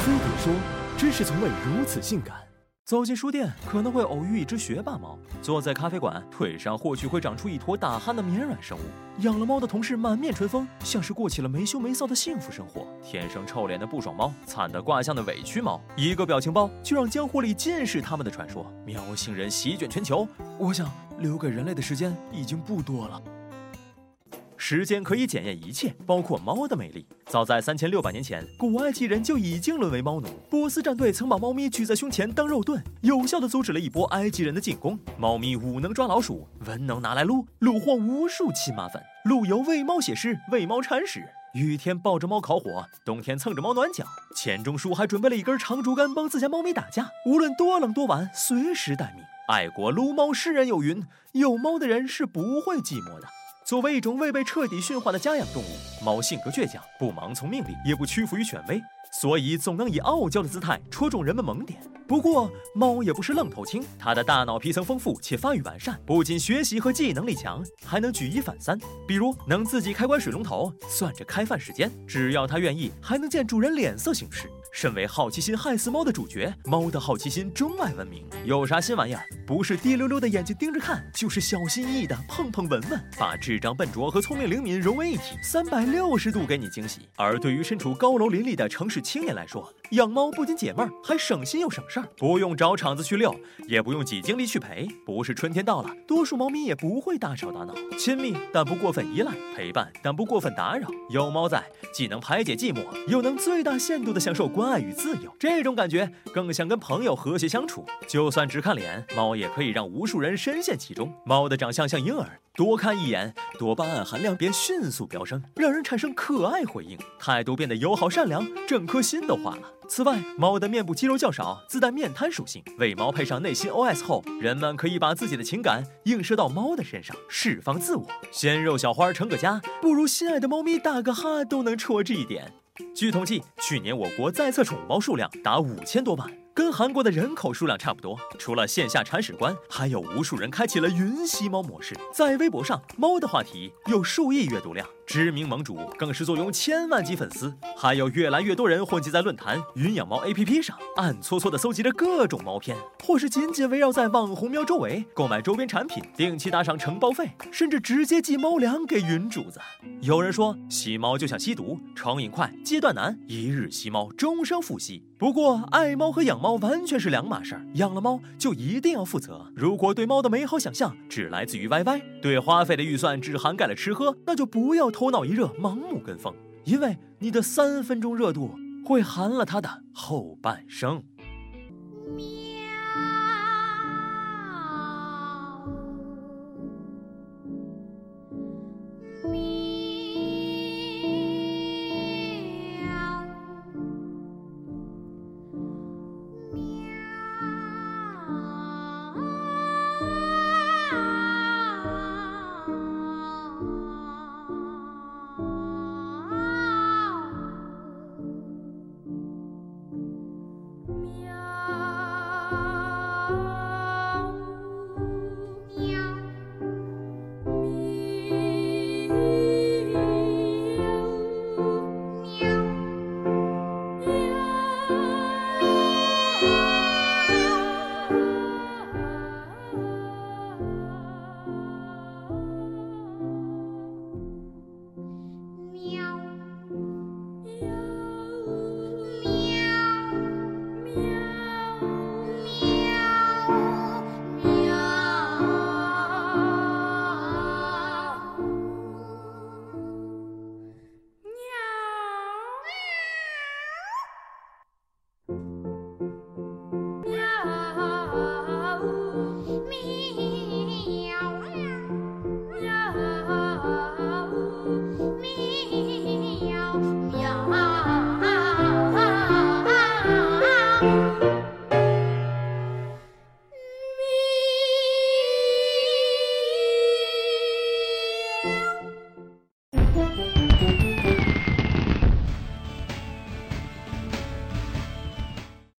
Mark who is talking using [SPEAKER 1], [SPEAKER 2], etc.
[SPEAKER 1] 飞碟说：知识从未如此性感。走进书店，可能会偶遇一只学霸猫；坐在咖啡馆，腿上或许会长出一坨打鼾的绵软生物。养了猫的同事满面春风，像是过起了没羞没臊的幸福生活。天生臭脸的不爽猫，惨得卦象的委屈猫，一个表情包就让江湖里尽是他们的传说。喵星人席卷全球，我想留给人类的时间已经不多了。时间可以检验一切，包括猫的美丽。早在3600年前，古埃及人就已经沦为猫奴。波斯战队曾把猫咪举在胸前当肉盾，有效地阻止了一波埃及人的进攻。猫咪武能抓老鼠，文能拿来撸，虏获无数亲妈粉。陆游为猫写诗，为猫铲屎。雨天抱着猫烤火，冬天蹭着猫暖脚。钱钟书还准备了一根长竹竿帮自家猫咪打架，无论多冷多晚，随时待命。爱国撸猫诗人有云：有猫的人是不会寂寞的。作为一种未被彻底驯化的家养动物，猫性格倔强，不盲从命令，也不屈服于权威，所以总能以傲娇的姿态戳中人们萌点。不过，猫也不是愣头青，它的大脑皮层丰富且发育完善，不仅学习和记忆能力强，还能举一反三。比如，能自己开关水龙头，算着开饭时间，只要它愿意，还能见主人脸色行事。身为好奇心害死猫的主角，猫的好奇心钟爱闻名。有啥新玩意儿，不是滴溜溜的眼睛盯着看，就是小心翼翼的碰碰闻闻，把智障笨拙和聪明灵敏融为一体，360度给你惊喜。而对于身处高楼林立的城市青年来说，养猫不仅解闷儿，还省心又省事儿，不用找场子去遛，也不用挤精力去陪。不是春天到了，多数猫咪也不会大吵大闹，亲密但不过分依赖，陪伴但不过分打扰。有猫在，既能排解寂寞，又能最大限度的享受关爱与自由。这种感觉更像跟朋友和谐相处。就算只看脸，猫也可以让无数人深陷其中。猫的长相像婴儿，多看一眼，多巴胺含量便迅速飙升，让人产生可爱回应，态度变得友好善良，整颗心都化了。此外，猫的面部肌肉较少，自带面瘫属性，为猫配上内心 OS 后，人们可以把自己的情感映射到猫的身上，释放自我。鲜肉小花成个家，不如心爱的猫咪打个哈都能戳这一点。据统计，去年我国在册宠物猫数量达5000多万，跟韩国的人口数量差不多。除了线下铲屎官，还有无数人开启了云吸猫模式。在微博上，猫的话题有数亿阅读量，知名盟主更是坐拥1000万级粉丝。还有越来越多人混迹在论坛、云养猫 APP 上，暗搓搓地搜集着各种猫片，或是紧紧围绕在网红喵周围购买周边产品，定期打赏承包费，甚至直接寄猫粮给云主子。有人说，吸猫就像吸毒，成瘾快，戒断难，一日吸猫，终生复吸。不过，爱猫和养猫完全是两码事儿，养了猫就一定要负责。如果对猫的美好想象只来自于 YY， 对花费的预算只涵盖了吃喝，那就不要头脑一热盲目跟风，因为你的3分钟热度会寒了它的后半生。